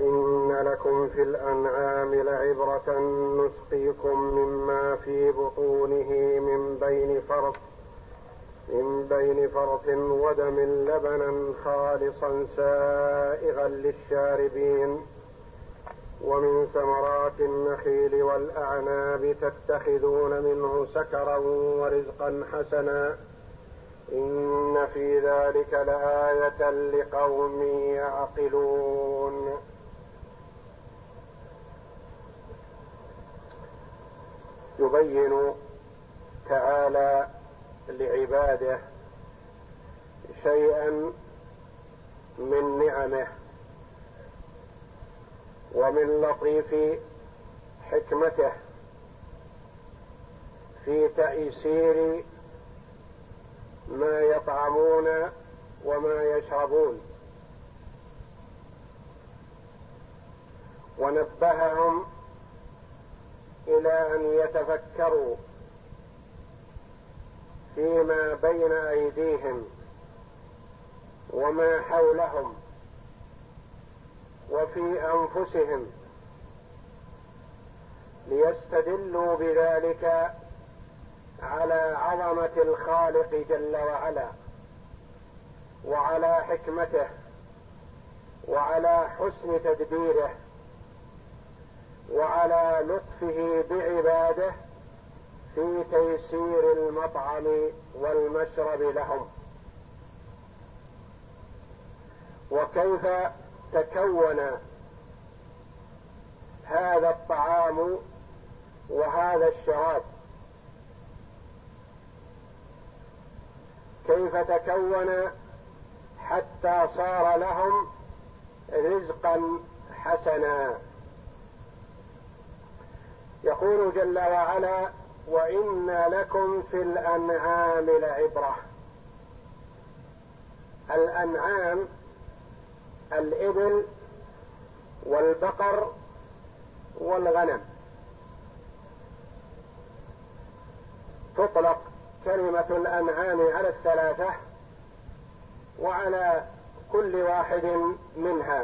وإن لكم في الأنعام لعبرة نسقيكم مما في بطونه من بين فرث ودم لبنا خالصا سائغا للشاربين ومن ثمرات النخيل والأعناب تتخذون منه سكرا ورزقا حسنا إن في ذلك لآية لقوم يعقلون. يبين تعالى لعباده شيئا من نعمه ومن لطيف حكمته في تيسير ما يطعمون وما يشربون، ونبههم إلى أن يتفكروا فيما بين أيديهم وما حولهم وفي أنفسهم، ليستدلوا بذلك على عظمة الخالق جل وعلا وعلى حكمته وعلى حسن تدبيره وعلى لطفه بعباده في تيسير المطعم والمشرب لهم، وكيف تكون هذا الطعام وهذا الشراب، كيف تكون حتى صار لهم رزقا حسنا. يقول جل وعلا: وإن لكم في الأنعام لعبرة. الأنعام الإبل والبقر والغنم، تطلق كلمة الأنعام على الثلاثة وعلى كل واحد منها.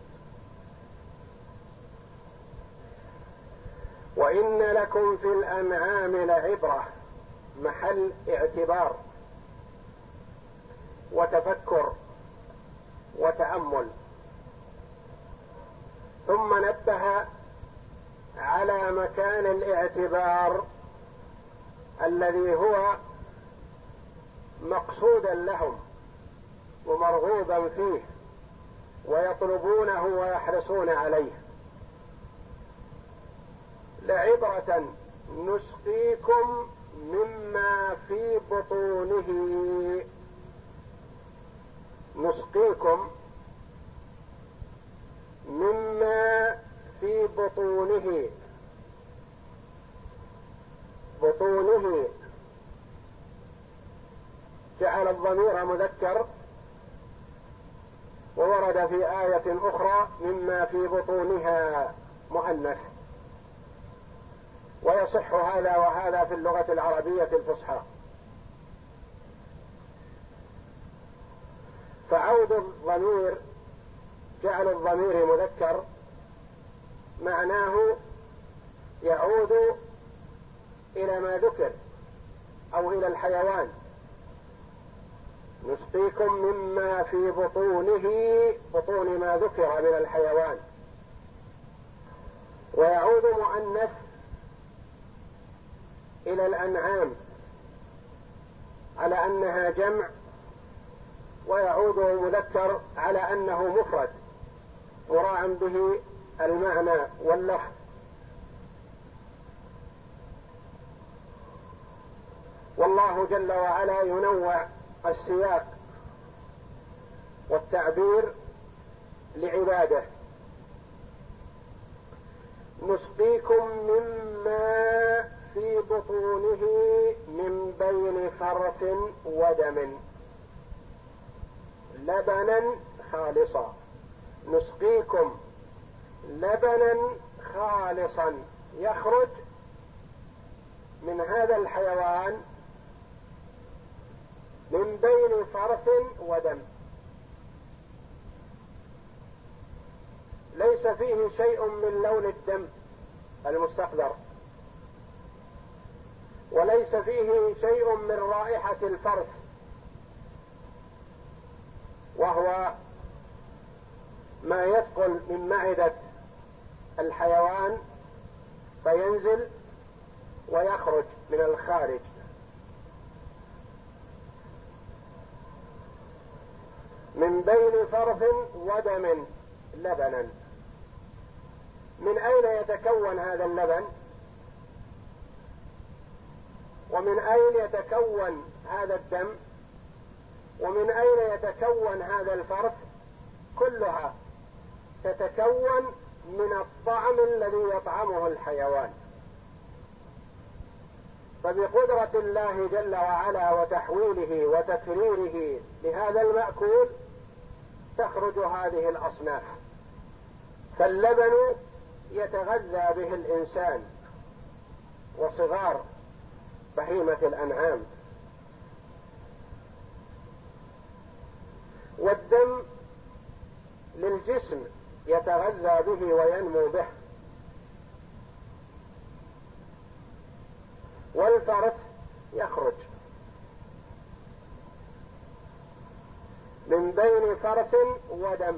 وإن لكم في الأنعام لعبرة، محل اعتبار وتفكر وتأمل. ثم نبه على مكان الاعتبار الذي هو مقصودا لهم ومرغوبا فيه ويطلبونه ويحرصون عليه. لعبرة نسقيكم مما في بطونه. نسقيكم مما في بطونه. بطونه جعل الضمير مذكر، وورد في آية أخرى مما في بطونها مؤنث، ويصح هذا وهذا في اللغة العربية الفصحى. فعود الضمير، جعل الضمير مذكر، معناه يعود إلى ما ذكر أو إلى الحيوان. نسقيكم مما في بطونه، بطون ما ذكر من الحيوان. ويعود مؤنث إلى الأنعام على أنها جمع، ويعود مذكر على أنه مفرد مراعا به المعنى واللفظ. والله جل وعلا ينوع السياق والتعبير لعباده. نسقيكم مما في بطونه من بين فرث ودم لبنا خالصا. نسقيكم لبنا خالصا يخرج من هذا الحيوان من بين فرث ودم، ليس وليس فيه شيء من لون الدم المستقذر، وليس فيه شيء من رائحة الفرث، وهو ما يثقل من معدة الحيوان فينزل ويخرج من الخارج. من بين فرث ودم لبنا. من أين يتكون هذا اللبن؟ ومن أين يتكون هذا الدم؟ ومن أين يتكون هذا الفرث؟ كلها تتكون من الطعم الذي يطعمه الحيوان. فبقدرة الله جل وعلا وتحويله وتكريره لهذا المأكول تخرج هذه الأصناف. فاللبن يتغذى به الإنسان وصغار بهيمة الأنعام، والدم للجسم يتغذى به وينمو به، والفرث يخرج من بين فرث ودم،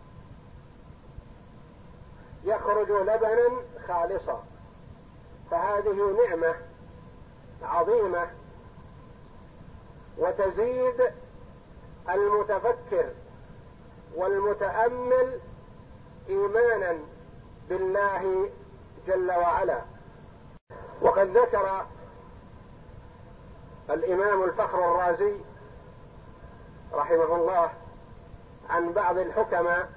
يخرج لبنا خالصا. فهذه نعمة عظيمة، وتزيد المتفكر والمتأمل إيمانا بالله جل وعلا. وقد ذكر الإمام الفخر الرازي رحمه الله عن بعض الحكماء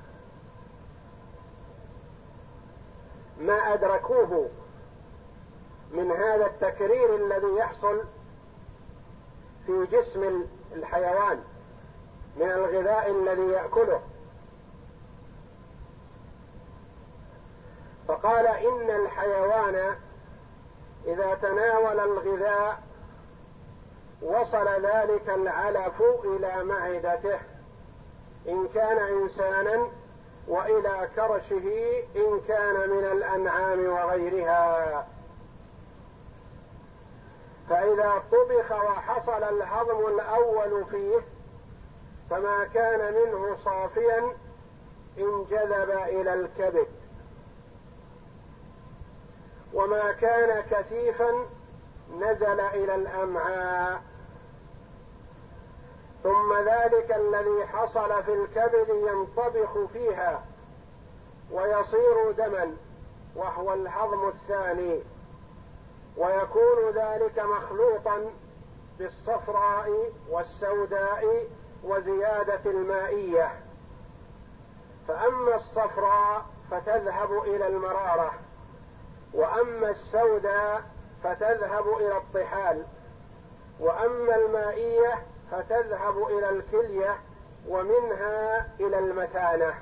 ما أدركوه من هذا التكرير الذي يحصل في جسم الحيوان من الغذاء الذي يأكله. فقال إن الحيوان إذا تناول الغذاء وصل ذلك العلف إلى معدته إن كان إنسانا، وإلى كرشه إن كان من الأنعام وغيرها. فإذا طبخ وحصل الهضم الأول فيه فما كان منه صافيا انجذب إلى الكبد، وما كان كثيفا نزل إلى الأمعاء، ثم ذلك الذي حصل في الكبد ينطبخ فيها ويصير دما وهو الهضم الثاني، ويكون ذلك مخلوطا بالصفراء والسوداء وزيادة المائية. فأما الصفراء فتذهب إلى المرارة، وأما السوداء فتذهب إلى الطحال، وأما المائية فتذهب إلى الكلية ومنها إلى المثانة.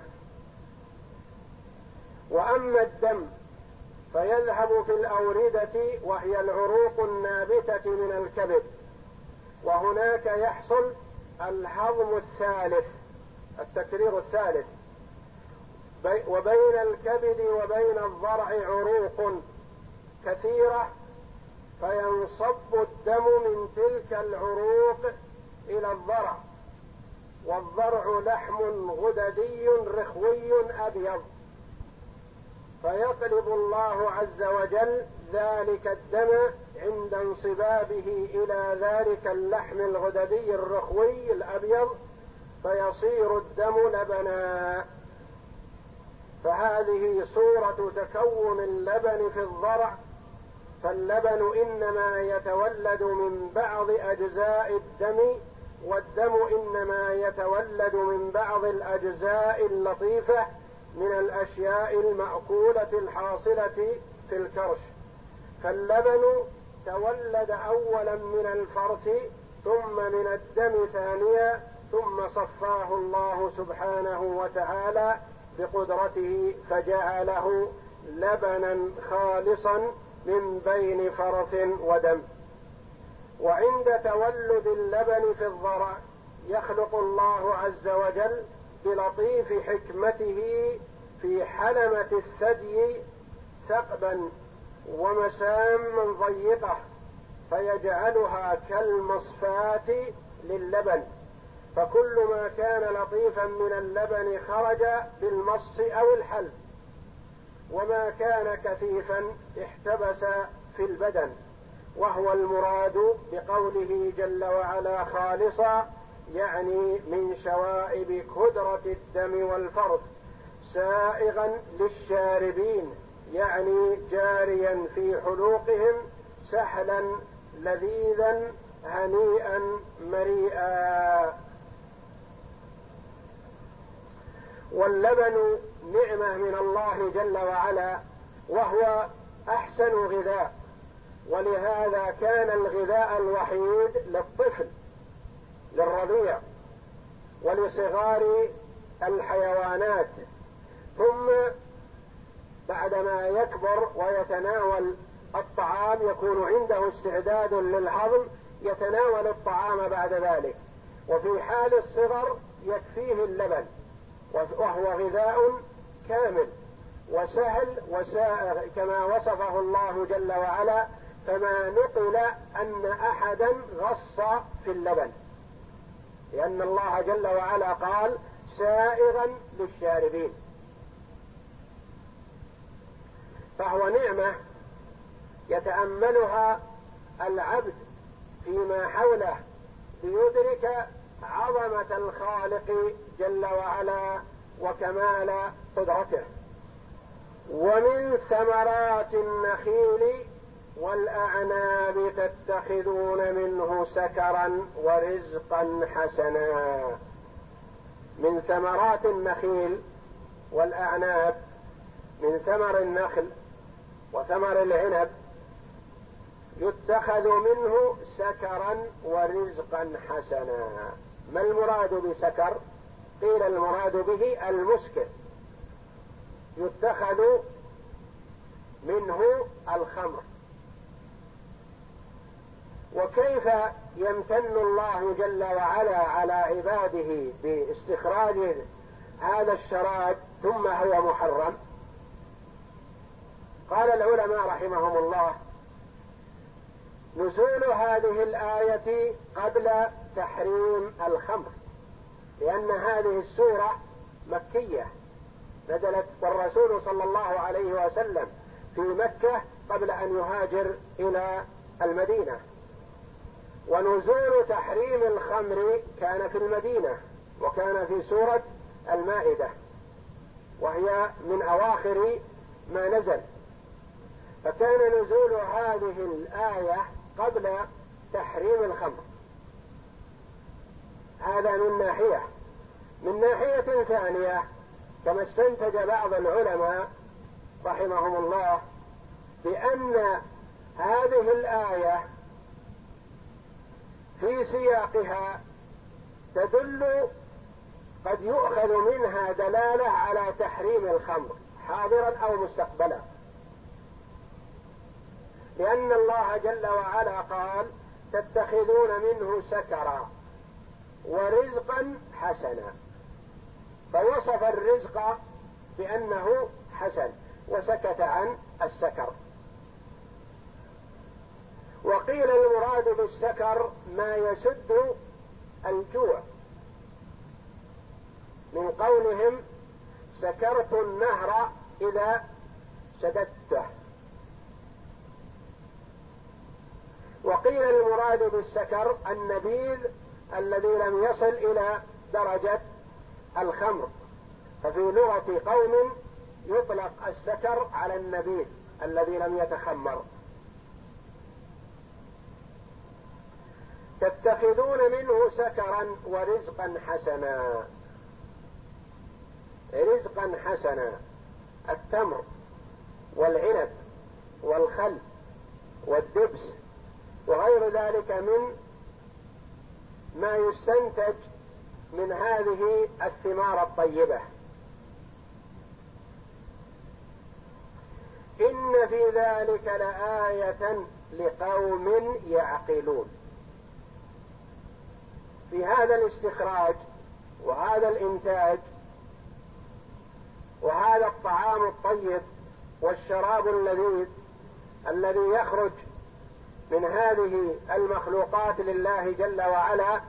وأما الدم فيذهب في الأوردة وهي العروق النابتة من الكبد، وهناك يحصل الهضم الثالث، التكرير الثالث. وبين الكبد وبين الضرع عروق كثيرة، فينصب الدم من تلك العروق إلى الضرع، والضرع لحم غددي رخوي أبيض، فيقلب الله عز وجل ذلك الدم عند انصبابه إلى ذلك اللحم الغددي الرخوي الأبيض فيصير الدم لبنا. فهذه صورة تكون اللبن في الضرع. فاللبن إنما يتولد من بعض أجزاء الدم، والدم إنما يتولد من بعض الأجزاء اللطيفة من الأشياء المأكولة الحاصلة في الكرش. فاللبن تولد أولا من الفرث ثم من الدم ثانيا، ثم صفاه الله سبحانه وتعالى بقدرته فجعله لبنا خالصا من بين فرث ودم. وعند تولد اللبن في الضرع يخلق الله عز وجل بلطيف حكمته في حلمة الثدي ثقبا ومساما ضيقة فيجعلها كالمصفاة للبن، فكل ما كان لطيفا من اللبن خرج بالمص أو الحلب، وما كان كثيفا احتبس في البدن، وهو المراد بقوله جل وعلا خالصا، يعني من شوائب كدرة الدم والفرث، سائغا للشاربين، يعني جاريا في حلوقهم سهلا لذيذا هنيئا مريئا. واللبن نعمة من الله جل وعلا، وهو أحسن غذاء، ولهذا كان الغذاء الوحيد للطفل للرضيع ولصغار الحيوانات، ثم بعدما يكبر ويتناول الطعام يكون عنده استعداد للهضم يتناول الطعام بعد ذلك، وفي حال الصغر يكفيه اللبن، وهو غذاء كامل وسهل وسائغ كما وصفه الله جل وعلا، فما نقل أن أحدا غص في اللبن، لأن الله جل وعلا قال سائغا للشاربين، فهو نعمة يتأملها العبد فيما حوله ليدرك عظمة الخالق جل وعلا وكمال قدرته. ومن ثمرات النخيل والأعناب تتخذون منه سكرا ورزقا حسنا. من ثمرات النخيل والأعناب، من ثمر النخل وثمر العنب، يتخذ منه سكرا ورزقا حسنا. ما المراد بسكر؟ قيل المراد به المسكر، يتخذ منه الخمر. وكيف يمتن الله جل وعلا على عباده باستخراج هذا الشراب ثم هو محرم؟ قال العلماء رحمهم الله: نزول هذه الآية قبل تحريم الخمر، لأن هذه السورة مكية نزلت والرسول صلى الله عليه وسلم في مكة قبل أن يهاجر إلى المدينة، ونزول تحريم الخمر كان في المدينة وكان في سورة المائدة، وهي من أواخر ما نزل، فكان نزول هذه الآية قبل تحريم الخمر. هذا من ناحية. من ناحية ثانية، كما استنتج بعض العلماء رحمهم الله بأن هذه الآية في سياقها تدل، قد يؤخذ منها دلالة على تحريم الخمر حاضرا أو مستقبلا، لأن الله جل وعلا قال تتخذون منه سكرا ورزقا حسنا، فوصف الرزق بأنه حسن وسكت عن السكر. وقيل المراد بالسكر ما يسد الجوع، من قولهم سكرت النهر إذا سددته. وقيل المراد بالسكر النبيذ الذي لم يصل إلى درجة الخمر، ففي لغة قوم يطلق السكر على النبيذ الذي لم يتخمر. تتخذون منه سكرا ورزقا حسنا. رزقا حسنا التمر والعنب والخل والدبس وغير ذلك من ما يستنتج من هذه الثمار الطيبة. إن في ذلك لآية لقوم يعقلون. في هذا الاستخراج وهذا الإنتاج وهذا الطعام الطيب والشراب اللذيذ الذي يخرج من هذه المخلوقات لله جل وعلا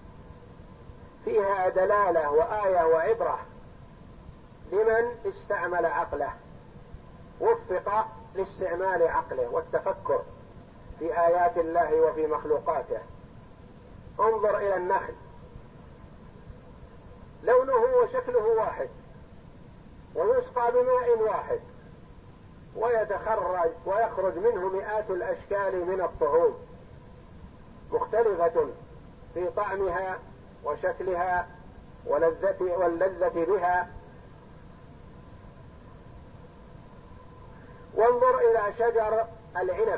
فيها دلالة وآية وعبرة لمن استعمل عقله، وفق لاستعمال عقله والتفكر في آيات الله وفي مخلوقاته. انظر إلى النخل، لونه وشكله واحد، ويسقى بماء واحد، ويخرج منه مئات الأشكال من الطعوم مختلفة في طعمها وشكلها واللذة بها. وانظر إلى شجر العنب،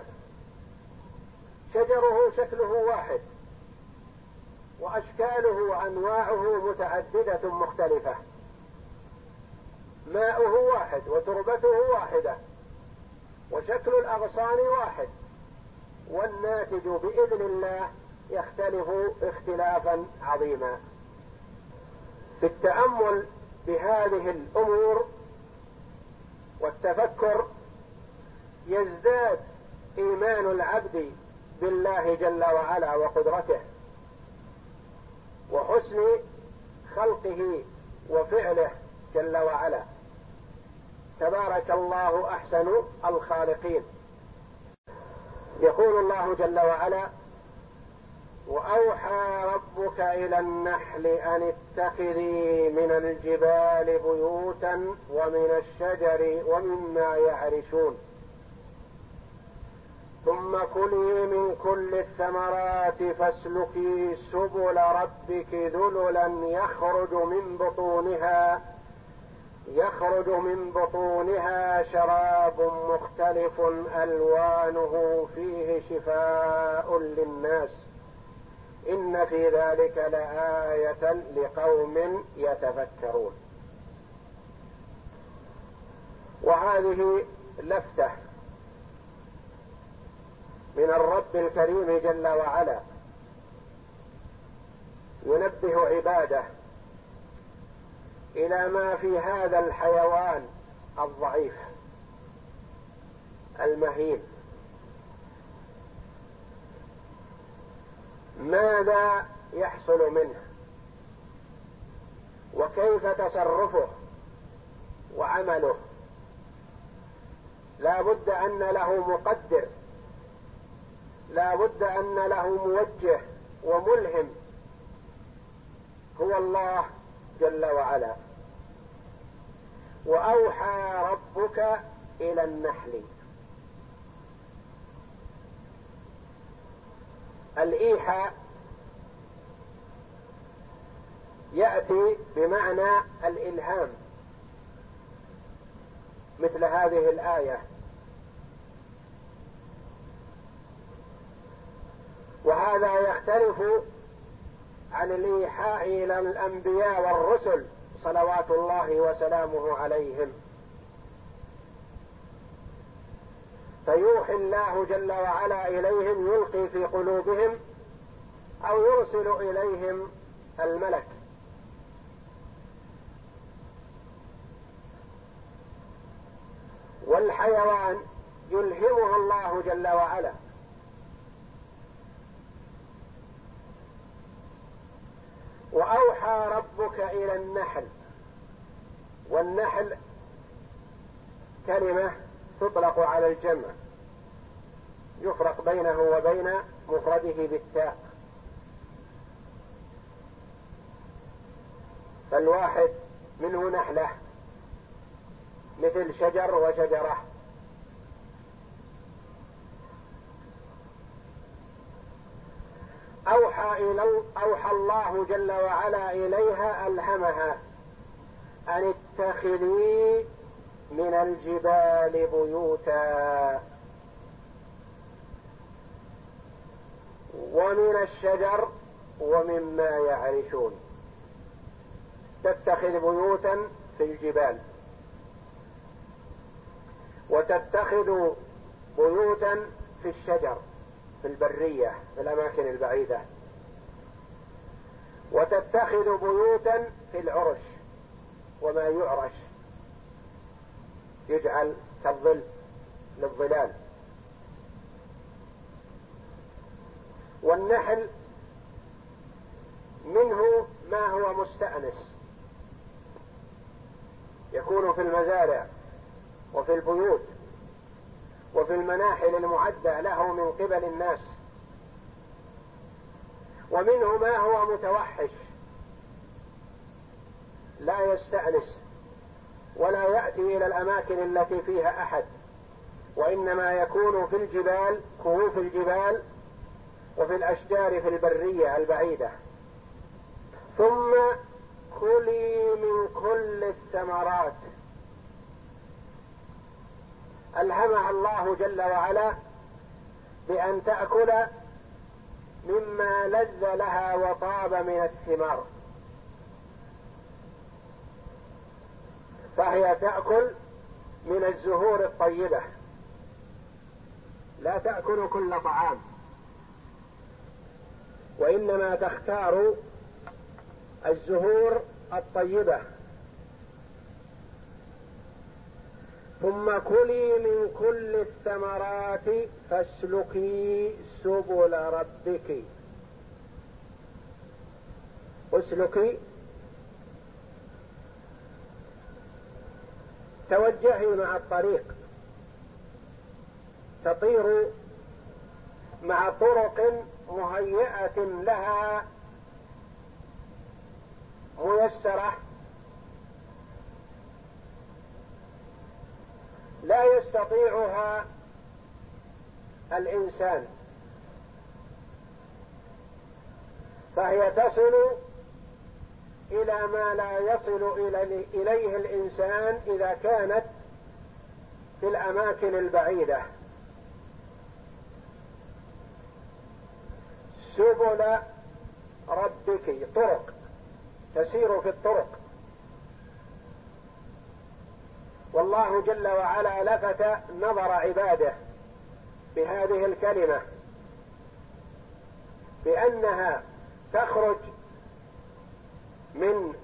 شجره شكله واحد، وأشكاله وأنواعه متعددة مختلفة، ماؤه واحد وتربته واحدة وشكل الأغصان واحد، والناتج بإذن الله يختلف اختلافا عظيما. في التأمل بهذه الأمور والتفكر يزداد إيمان العبد بالله جل وعلا وقدرته وحسن خلقه وفعله جل وعلا. تبارك الله أحسن الخالقين. يقول الله جل وعلا: وأوحى ربك إلى النحل أن اتخذي من الجبال بيوتا ومن الشجر ومما يعرشون ثم كلي من كل الثمرات فاسلكي سبل ربك ذللا يخرج من بطونها شراب مختلف ألوانه فيه شفاء للناس إن في ذلك لآية لقوم يتفكرون. وهذه لفتة من الرب الكريم جل وعلا ينبه عباده إلى ما في هذا الحيوان الضعيف المهين. ماذا يحصل منه وكيف تصرفه وعمله؟ لا بد أن له مقدر، لا بد أن له موجه وملهم هو الله جل وعلا. وأوحى ربك إلى النحل. الإيحاء يأتي بمعنى الإلهام مثل هذه الآية، وهذا يختلف عن الإيحاء إلى الأنبياء والرسل صلوات الله وسلامه عليهم، فيوحي الله جل وعلا إليهم، يلقي في قلوبهم أو يرسل إليهم الملك. والحيوان يلهمه الله جل وعلا. وأوحى ربك إلى النحل، والنحل كلمة تطلق على الجمع، يفرق بينه وبين مفرده بالتاء، فالواحد منه نحلة مثل شجر وشجرة. أوحى الله جل وعلا إليها، ألهمها أن اتخذي من الجبال بيوتا ومن الشجر ومما يعرشون. تتخذ بيوتا في الجبال، وتتخذ بيوتا في الشجر في البرية في الأماكن البعيدة، وتتخذ بيوتا في العرش وما يعرش يجعل كالظل للظلال. والنحل منه ما هو مستأنس، يكون في المزارع وفي البيوت وفي المناحل المعدة له من قبل الناس، ومنه ما هو متوحش لا يستأنس ولا يأتي إلى الأماكن التي فيها أحد، وإنما يكون في الجبال، كهوف الجبال، وفي الأشجار في البرية البعيدة. ثم كلي من كل الثمرات، ألهمها الله جل وعلا بأن تأكل مما لذ لها وطاب من الثمار، فهي تأكل من الزهور الطيبة، لا تأكل كل طعام، وإنما تختار الزهور الطيبة. ثم كلي من كل الثمرات فاسلكي سبل ربك، اسلكي توجهي مع الطريق، تطير مع طرق مهيئة لها ميسرة لا يستطيعها الإنسان، فهي تصل إلى ما لا يصل إليه الإنسان إذا كانت في الأماكن البعيدة. سبل ربك، طرق، تسير في الطرق. والله جل وعلا لفت نظر عباده بهذه الكلمة بأنها تخرج من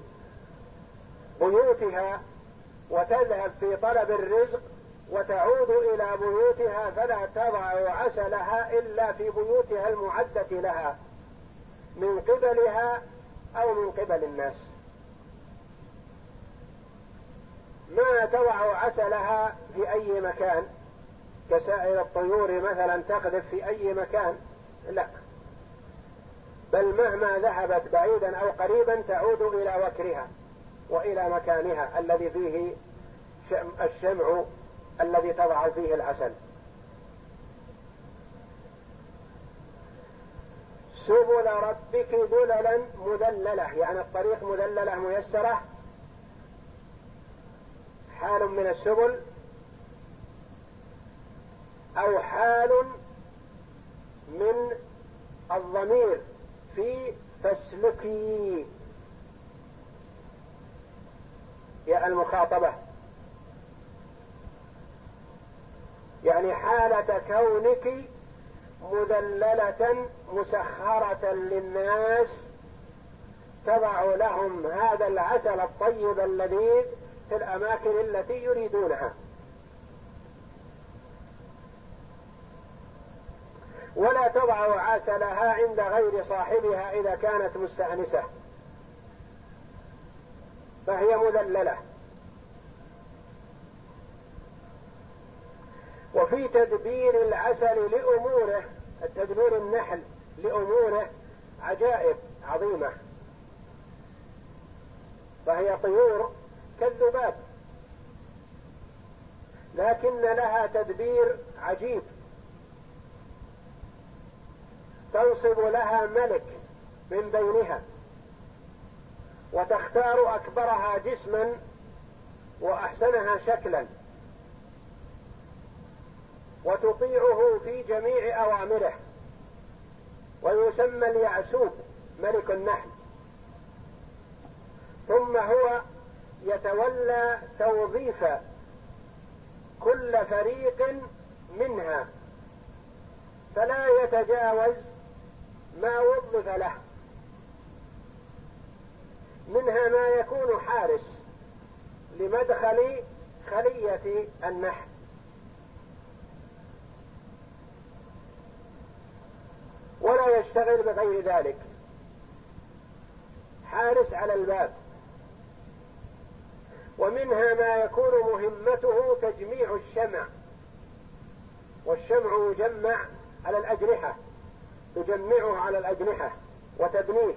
بيوتها وتذهب في طلب الرزق وتعود إلى بيوتها، فلا تضع عسلها إلا في بيوتها المعدة لها من قبلها أو من قبل الناس. ما تضع عسلها في أي مكان كسائر الطيور مثلا تقذف في أي مكان، لا، بل مهما ذهبت بعيدا أو قريبا تعود إلى وكرها وإلى مكانها الذي فيه الشمع الذي تضع فيه العسل. سبل ربك ذللا مذللة، يعني الطريق مذللة ميسرة، حال من السبل أو حال من الضمير في فاسلكي يا المخاطبة، يعني حالة كونك مذللة مسخرة للناس تضع لهم هذا العسل الطيب اللذيذ في الأماكن التي يريدونها، ولا تضع عسلها عند غير صاحبها إذا كانت مستأنسة، فهي مذللة. وفي تدبير العسل لأموره، التدبير النحل لأموره عجائب عظيمة، فهي طيور كالذباب لكن لها تدبير عجيب، تنصب لها ملك من بينها وتختار أكبرها جسما وأحسنها شكلا وتطيعه في جميع أوامره، ويسمى اليعسوب ملك النحل، ثم هو يتولى توظيف كل فريق منها فلا يتجاوز ما وظف له، منها ما يكون حارس لمدخل خلية النحل. ولا يشتغل بغير ذلك، حارس على الباب. ومنها ما يكون مهمته تجميع الشمع، والشمع يجمع على الأجنحة، تجمعه على الأجنحة وتبنيه.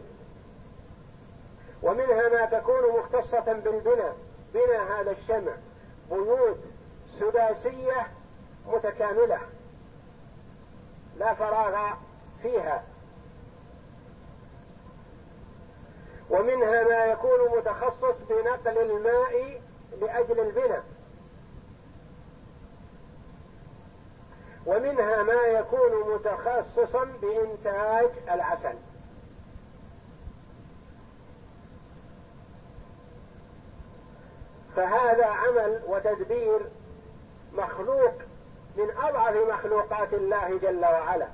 ومنها ما تكون مختصة بالبناء، بناء هذا الشمع بيوت سداسية متكاملة لا فراغ فيها. ومنها ما يكون متخصص بنقل الماء لأجل البناء. ومنها ما يكون متخصصا بإنتاج العسل. فهذا عمل وتدبير مخلوق من أضعف مخلوقات الله جل وعلا،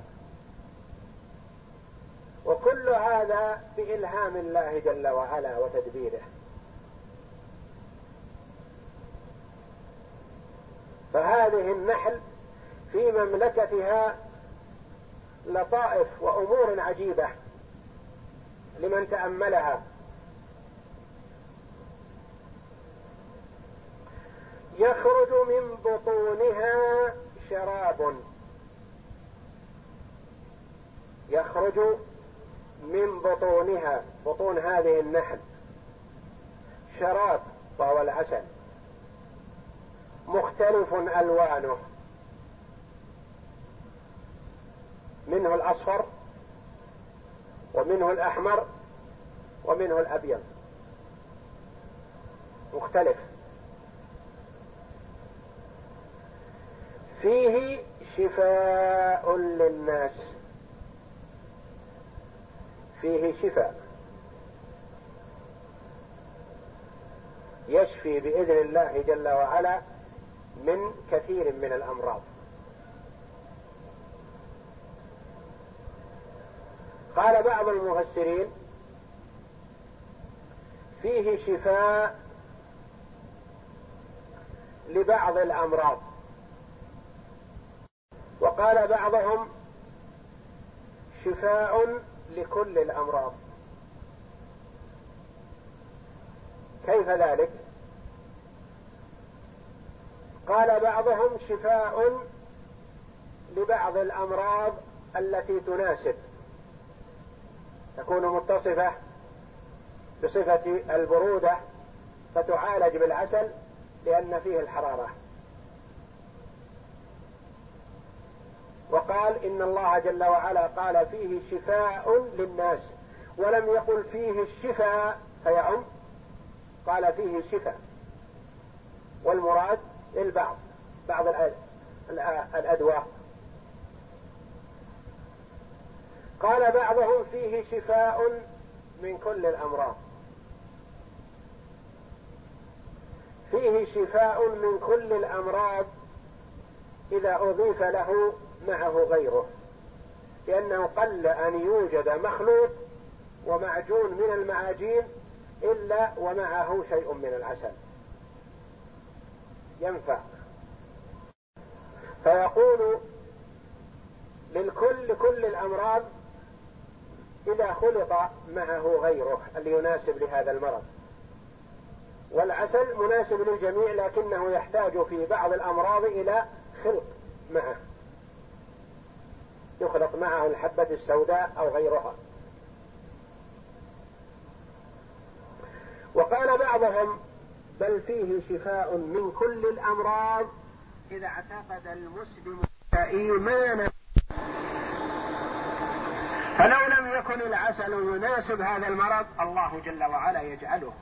وكل هذا بإلهام الله جل وعلا وتدبيره. فهذه النحل في مملكتها لطائف وأمور عجيبة لمن تأملها. يخرج من بطونها شراب، يخرج من بطونها، بطون هذه النحل، شراب وهو العسل مختلف ألوانه، منه الأصفر ومنه الأحمر ومنه الأبيض، مختلف. فيه شفاء للناس، فيه شفاء، يشفي بإذن الله جل وعلا من كثير من الأمراض. قال بعض المفسرين فيه شفاء لبعض الأمراض، وقال بعضهم شفاء لكل الأمراض. كيف ذلك؟ قال بعضهم شفاء لبعض الأمراض التي تناسب، تكون متصفة بصفة البرودة فتعالج بالعسل لأن فيه الحرارة. وقال إن الله جل وعلا قال فيه شفاء للناس، ولم يقل فيه الشفاء فيعم، قال فيه شفاء، والمراد للبعض، بعض الأدواء. قال بعضهم فيه شفاء من كل الأمراض، فيه شفاء من كل الأمراض إذا أضيف له معه غيره، لأنه قل أن يوجد مخلوط ومعجون من المعاجين إلا ومعه شيء من العسل ينفع. فيقول للكل، كل الأمراض إذا خلط معه غيره اللي يناسب لهذا المرض. والعسل مناسب للجميع، لكنه يحتاج في بعض الأمراض إلى خلط معه، يخلط معه الحبة السوداء أو غيرها. وقال بعضهم بل فيه شفاء من كل الأمراض إذا اعتقد المسلم إيمانا، فلو لم يكن العسل يناسب هذا المرض الله جل وعلا يجعله.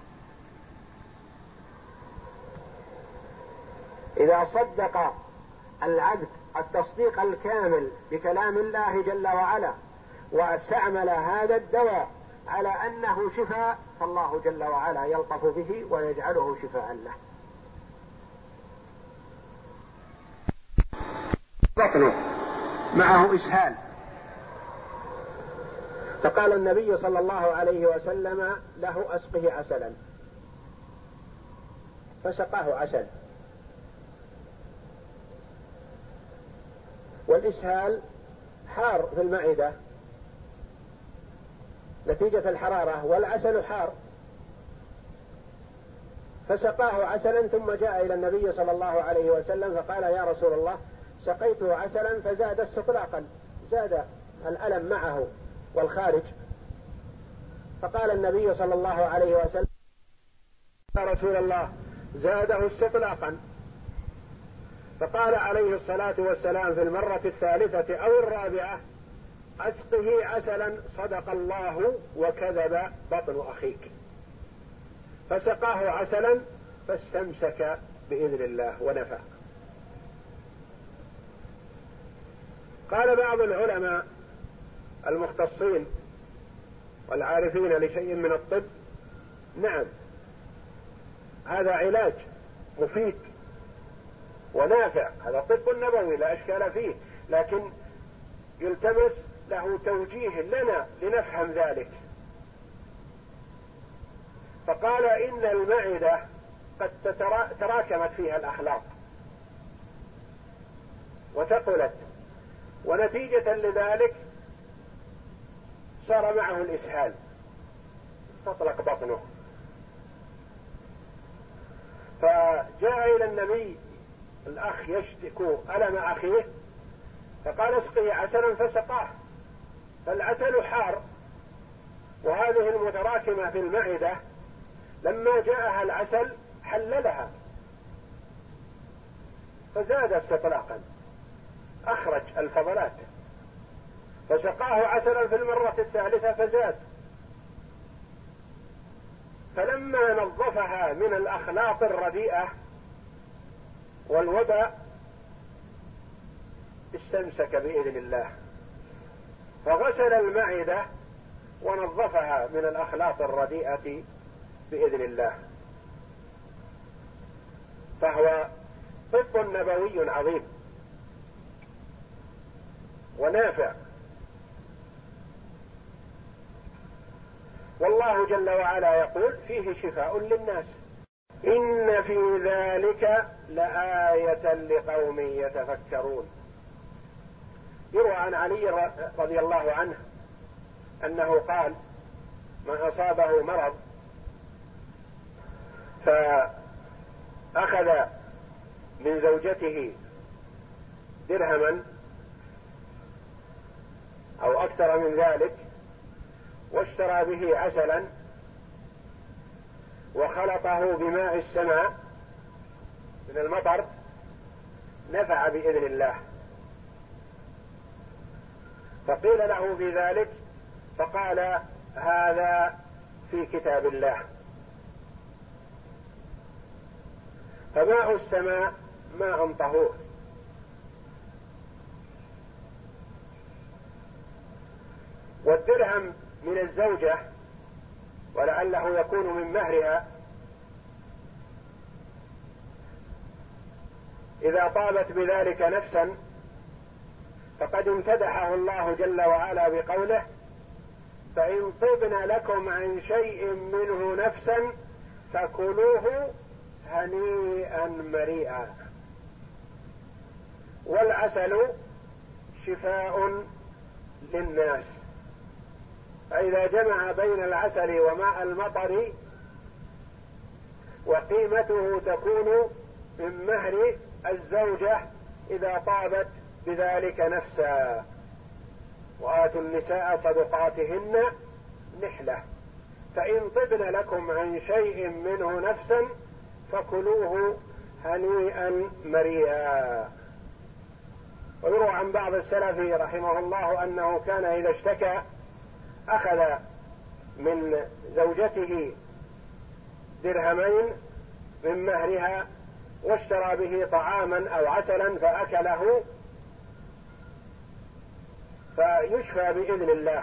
إذا صدق العبد التصديق الكامل بكلام الله جل وعلا واستعمل هذا الدواء على أنه شفاء، فالله جل وعلا يلطف به ويجعله شفاء له. بطنه معه إسهال، فقال النبي صلى الله عليه وسلم له أسقه عسلا، فسقاه عسل والإسهال حار في المعدة نتيجة الحرارة، والعسل حار، فسقاه عسلا ثم جاء إلى النبي صلى الله عليه وسلم فقال: يا رسول الله، سقيته عسلا فزاد استطلاقا، زاد الألم معه والخارج. فقال النبي صلى الله عليه وسلم: يا رسول الله، زاده استطلاقا. فقال عليه الصلاة والسلام في المرة الثالثة أو الرابعة: أسقه عسلا، صدق الله وكذب بطن أخيك. فسقاه عسلا فاستمسك بإذن الله ونفى. قال بعض العلماء المختصين والعارفين لشيء من الطب: نعم، هذا علاج مفيد ونافع، هذا طب نبوي لا إشكال فيه، لكن يلتمس له توجيه لنا لنفهم ذلك. فقال: إن المعدة قد تراكمت فيها الأخلاق وثقلت، ونتيجة لذلك صار معه الإسهال، استطلق بطنه. فجاء إلى النبي الأخ يشتكو ألم أخيه، فقال: اسقه عسلا، فسقاه. فالعسل حار، وهذه المتراكمة في المعدة لما جاءها العسل حللها فزاد استطلاقا، أخرج الفضلات. فسقاه عسلا في المرة الثالثة فزاد. فلما نظفها من الأخلاط الرديئة والوباء استمسك بإذن الله، فغسل المعدة ونظفها من الأخلاط الرديئة بإذن الله. فهو طب نبوي عظيم ونافع، والله جل وعلا يقول: فيه شفاء للناس. إن في ذلك لآية لقوم يتفكرون. يروى عن علي رضي الله عنه أنه قال: من أصابه مرض فأخذ من زوجته درهما أو أكثر من ذلك واشترى به عسلا وخلطه بماء السماء من المطر، نفع بإذن الله. فقيل له في ذلك فقال: هذا في كتاب الله. فماء السماء ماء طهور، والدرهم من الزوجة ولعله يكون من مهرها إذا طابت بذلك نفسا، فقد امتدحه الله جل وعلا بقوله: فإن طبن لكم عن شيء منه نفسا فكلوه هنيئا مريئا. والعسل شفاء للناس، فإذا جمع بين العسل وماء المطر وقيمته تكون من مهر الزوجة إذا طابت بذلك نفسا. وآتوا النساء صدقاتهن نحلة، فإن طبن لكم عن شيء منه نفسا فكلوه هنيئا مريئا. ويروى عن بعض السلف رحمه الله أنه كان إذا اشتكى أخذ من زوجته درهمين من مهرها واشترى به طعاما أو عسلا فأكله فيشفى بإذن الله.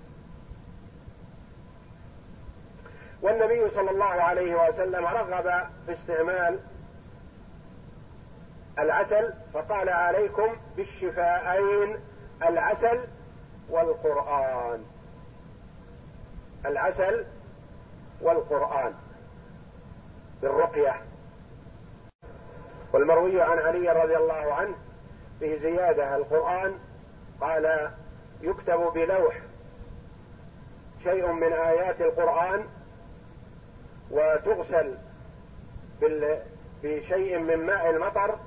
والنبي صلى الله عليه وسلم رغب في استعمال العسل، فقال: عليكم بالشفاءين العسل والقرآن. العسل والقرآن بالرقية. والمروي عن علي رضي الله عنه في زيادة القرآن قال يكتب بلوح شيء من آيات القرآن وتغسل بشيء من ماء المطر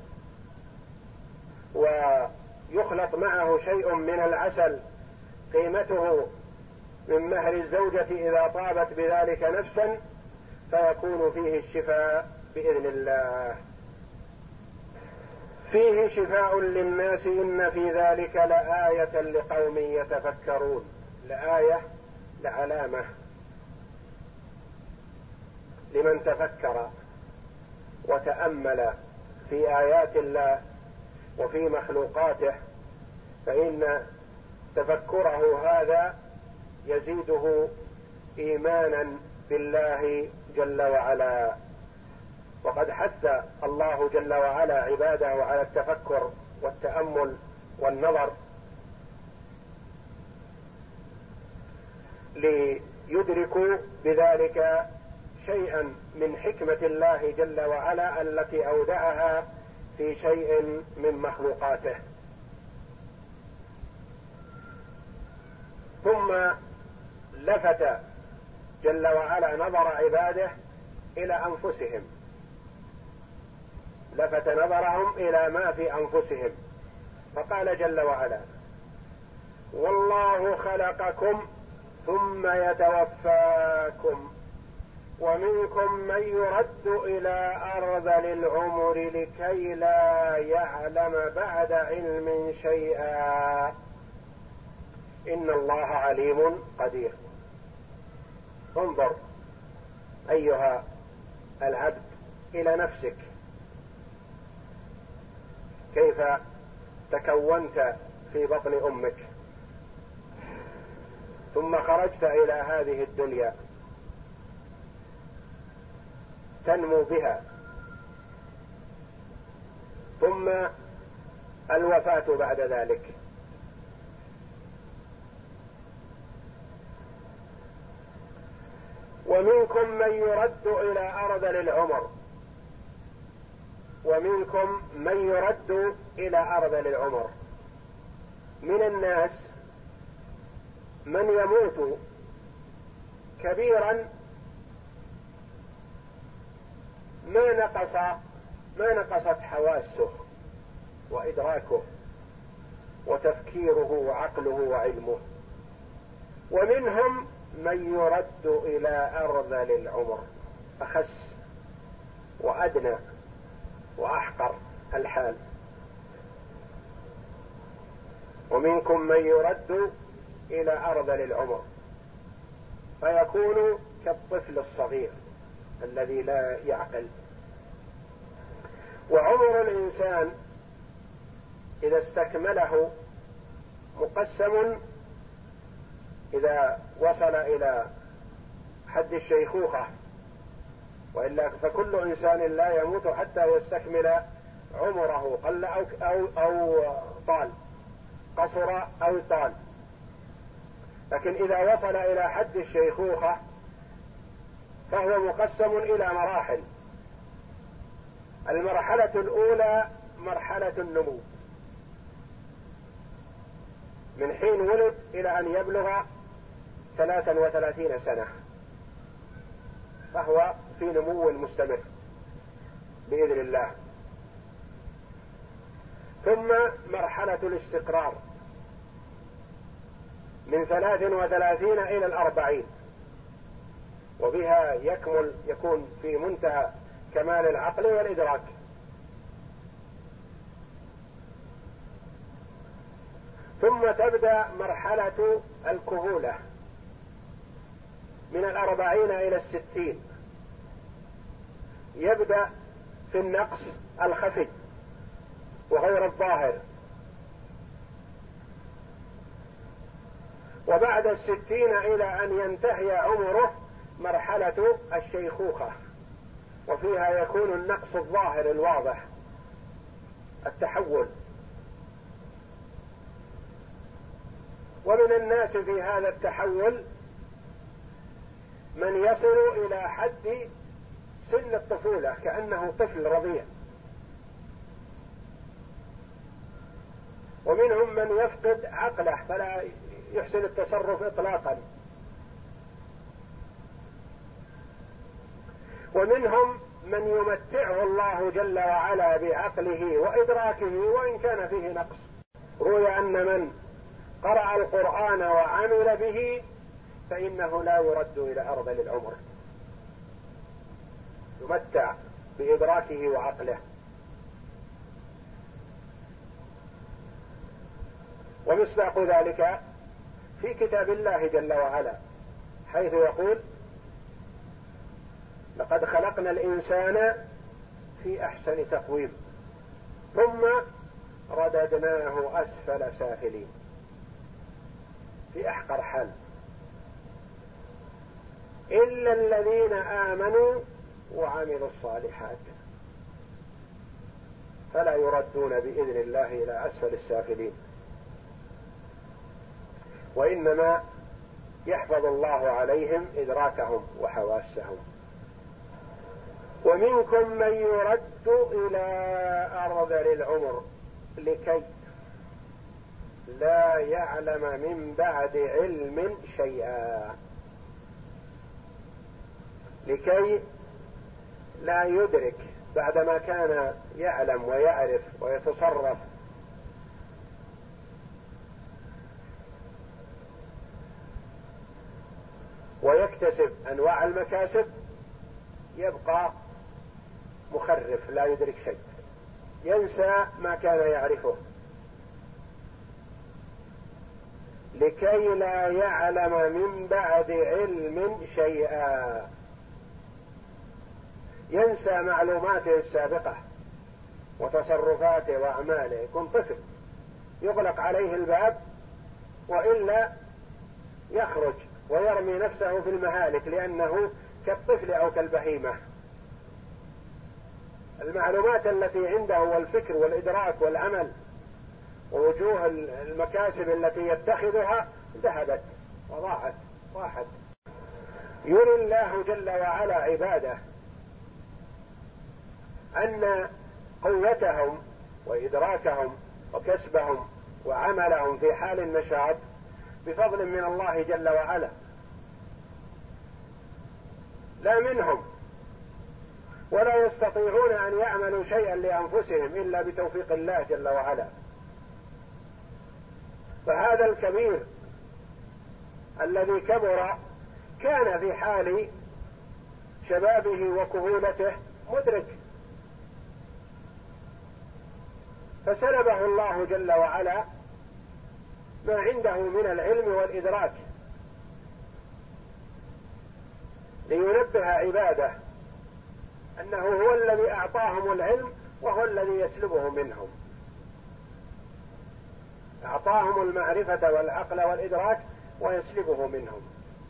ويخلط معه شيء من العسل قيمته من مهر الزوجة إذا طابت بذلك نفسا، فيكون فيه الشفاء بإذن الله. فيه شفاء للناس إن في ذلك لآية لقوم يتفكرون. لآية لعلامة لمن تفكر وتأمل في آيات الله وفي مخلوقاته، فإن تفكره هذا يزيده إيمانا بالله جل وعلا. وقد حث الله جل وعلا عباده على التفكر والتأمل والنظر ليدركوا بذلك شيئا من حكمة الله جل وعلا التي أودعها في شيء من مخلوقاته. ثم لفت جل وعلا نظر عباده إلى أنفسهم، لفت نظرهم إلى ما في أنفسهم، فقال جل وعلا: والله خلقكم ثم يتوفاكم ومنكم من يرد إلى أرذل العمر لكي لا يعلم بعد علم شيئا إن الله عليم قدير. انظر أيها العبد إلى نفسك، كيف تكونت في بطن أمك ثم خرجت إلى هذه الدنيا تنمو بها، ثم الوفاة بعد ذلك. ومنكم من يرد إلى أرذل العمر، ومنكم من يرد إلى أرذل العمر. من الناس من يموت كبيرا ما نقصت حواسه وإدراكه وتفكيره وعقله وعلمه، ومنهم من يرد إلى أرذل العمر، أخس وأدنى وأحقر الحال. ومنكم من يرد إلى أرذل العمر فيكون كالطفل الصغير الذي لا يعقل. وعمر الإنسان إذا استكمله مقسم، إذا وصل إلى حد الشيخوخة، وإلا فكل إنسان لا يموت حتى يستكمل عمره، قل أو طال، قصر أو طال. لكن إذا وصل إلى حد الشيخوخة فهو مقسم إلى مراحل. المرحلة الأولى مرحلة النمو، من حين ولد إلى أن يبلغ 33 سنة، فهو في نمو مستمر بإذن الله. ثم مرحلة الاستقرار من 33 إلى 40، وبها يكون في منتهى كمال العقل والإدراك. ثم تبدأ مرحلة الكهولة من 40 إلى 60، يبدأ في النقص الخفي وغير الظاهر. وبعد 60 إلى أن ينتهي عمره مرحلة الشيخوخة، وفيها يكون النقص الظاهر الواضح، التحول. ومن الناس في هذا التحول من يصل إلى حد سن الطفولة كأنه طفل رضيع، ومنهم من يفقد عقله فلا يحسن التصرف إطلاقا، ومنهم من يمتعه الله جل وعلا بعقله وإدراكه وإن كان فيه نقص. روي أن من قرأ القرآن وعمل به فإنه لا يرد إلى أرذل العمر، يمتع بإدراكه وعقله. ومصداق ذلك في كتاب الله جل وعلا حيث يقول: لقد خلقنا الإنسان في أحسن تقويم ثم رددناه أسفل سافلين، في أحقر حال، إلا الذين آمنوا وعملوا الصالحات فلا يردون بإذن الله إلى أسفل السافلين، وإنما يحفظ الله عليهم إدراكهم وحواسهم. ومنكم من يرد إلى أرذل العمر لكي لا يعلم من بعد علم شيئا، لكي لا يدرك بعدما كان يعلم ويعرف ويتصرف ويكتسب أنواع المكاسب، يبقى مخرف لا يدرك شيء، ينسى ما كان يعرفه، لكي لا يعلم من بعد علم شيئا، ينسى معلوماته السابقة وتصرفاته وأعماله. يكون طفل يغلق عليه الباب وإلا يخرج ويرمي نفسه في المهالك، لأنه كالطفل أو كالبهيمة. المعلومات التي عنده والفكر والإدراك والعمل ووجوه المكاسب التي يتخذها ذهبت وضاعت راحت. يري الله جل وعلا عباده أن قوتهم وإدراكهم وكسبهم وعملهم في حال النشاط بفضل من الله جل وعلا، لا منهم، ولا يستطيعون أن يعملوا شيئا لأنفسهم إلا بتوفيق الله جل وعلا. فهذا الكبير الذي كبر كان في حال شبابه وكهولته مدرك، فسلبه الله جل وعلا ما عنده من العلم والإدراك لينبه عباده أنه هو الذي أعطاهم العلم وهو الذي يسلبه منهم، أعطاهم المعرفة والعقل والإدراك ويسلبه منهم،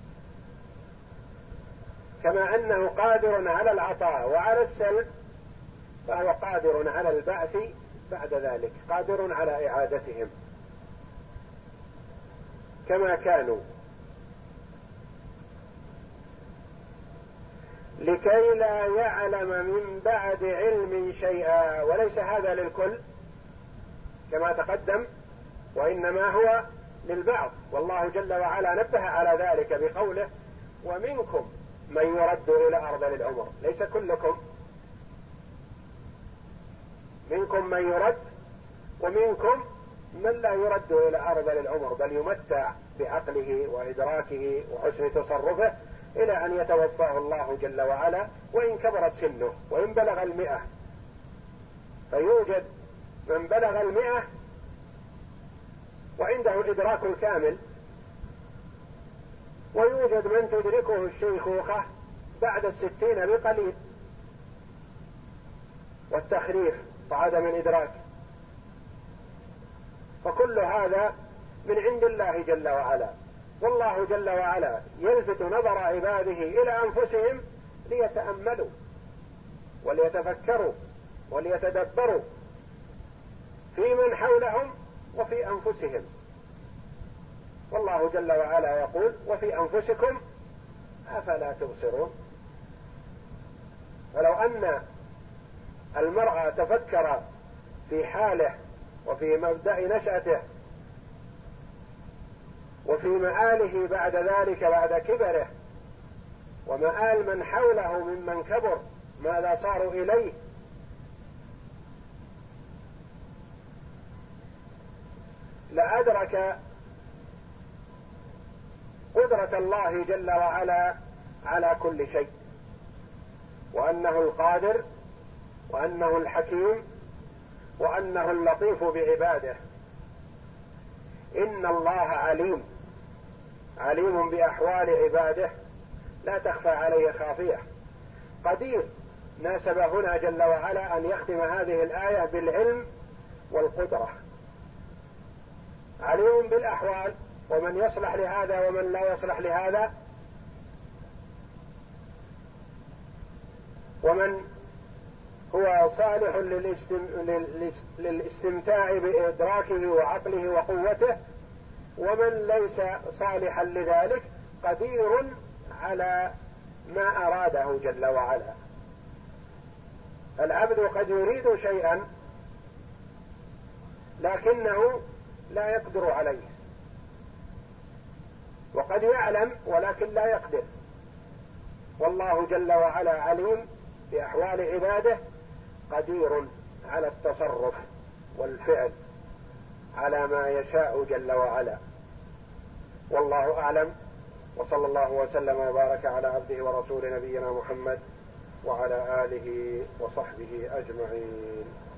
كما أنه قادر على العطاء وعلى السلب فهو قادر على البعث بعد ذلك، قادر على إعادتهم كما كانوا. لكي لا يعلم من بعد علم شيئا، وليس هذا للكل كما تقدم، وإنما هو للبعض، والله جل وعلا نبه على ذلك بقوله: ومنكم من يرد إلى أرذل العمر. ليس كلكم، منكم من يرد ومنكم من لا يرد إلى أرذل العمر، بل يمتع بعقله وإدراكه وحسن تصرفه إلى أن يتوفاه الله جل وعلا وإن كبرت سنه وإن بلغ 100. فيوجد من بلغ 100 وعنده الإدراك الكامل، ويوجد من تدركه الشيخوخة بعد 60 بقليل والتخريف وعدم الإدراك. فكل هذا من عند الله جل وعلا، والله جل وعلا يلفت نظر عباده إلى أنفسهم ليتأملوا وليتفكروا وليتدبروا في من حولهم وفي أنفسهم. والله جل وعلا يقول: وفي أنفسكم أفلا تبصرون. فلو أن المرء تفكر في حاله وفي مبدأ نشأته وفي مآله بعد ذلك بعد كبره، ومآل من حوله ممن كبر ماذا صاروا إليه. لأدرك قدرة الله جل وعلا على كل شيء، وأنه القادر، وأنه الحكيم، وأنه اللطيف بعباده. إن الله عليم، عليم بأحوال عباده لا تخفى عليه خافية. قدير، ناسب هنا جل وعلا أن يختم هذه الآية بالعلم والقدرة. عليم بالأحوال، ومن يصلح لهذا ومن لا يصلح لهذا، ومن هو صالح للاستمتاع بإدراكه وعقله وقوته، ومن ليس صالحا لذلك. قدير على ما أراده جل وعلا. العبد قد يريد شيئا لكنه لا يقدر عليه، وقد يعلم ولكن لا يقدر. والله جل وعلا عليم بأحوال عباده، قدير على التصرف والفعل على ما يشاء جل وعلا. والله أعلم، وصلى الله وسلم وبارك على عبده ورسول نبينا محمد وعلى آله وصحبه أجمعين.